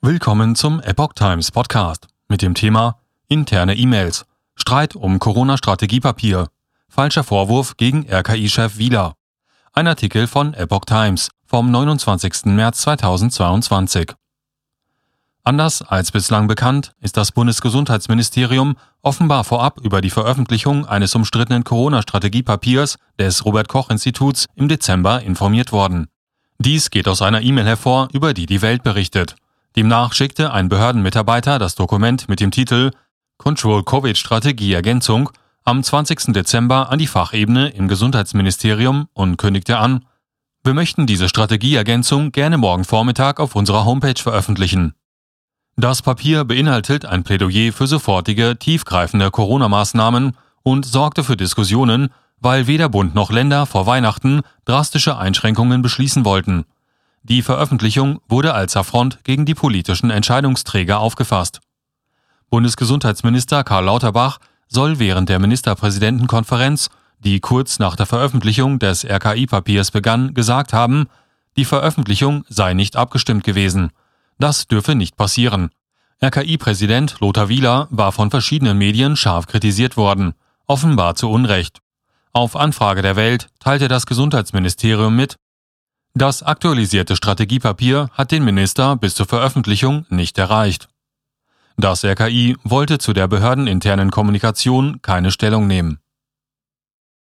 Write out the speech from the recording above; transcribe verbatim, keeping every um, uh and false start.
Willkommen zum Epoch Times Podcast mit dem Thema Interne E-Mails, Streit um Corona-Strategiepapier, falscher Vorwurf gegen R K I-Chef Wieler. Ein Artikel von Epoch Times vom neunundzwanzigsten März zweitausendzweiundzwanzig. Anders als bislang bekannt, ist das Bundesgesundheitsministerium offenbar vorab über die Veröffentlichung eines umstrittenen Corona-Strategiepapiers des Robert-Koch-Instituts im Dezember informiert worden. Dies geht aus einer E-Mail hervor, über die die Welt berichtet. Demnach schickte ein Behördenmitarbeiter das Dokument mit dem Titel Control-Covid-Strategie-Ergänzung am zwanzigsten Dezember an die Fachebene im Gesundheitsministerium und kündigte an: Wir möchten diese Strategieergänzung gerne morgen Vormittag auf unserer Homepage veröffentlichen. Das Papier beinhaltet ein Plädoyer für sofortige, tiefgreifende Corona-Maßnahmen und sorgte für Diskussionen, weil weder Bund noch Länder vor Weihnachten drastische Einschränkungen beschließen wollten. Die Veröffentlichung wurde als Affront gegen die politischen Entscheidungsträger aufgefasst. Bundesgesundheitsminister Karl Lauterbach soll während der Ministerpräsidentenkonferenz, die kurz nach der Veröffentlichung des R K I-Papiers begann, gesagt haben, die Veröffentlichung sei nicht abgestimmt gewesen. Das dürfe nicht passieren. R K I-Präsident Lothar Wieler war von verschiedenen Medien scharf kritisiert worden, offenbar zu Unrecht. Auf Anfrage der Welt teilte das Gesundheitsministerium mit: Das aktualisierte Strategiepapier hat den Minister bis zur Veröffentlichung nicht erreicht. Das R K I wollte zu der behördeninternen Kommunikation keine Stellung nehmen.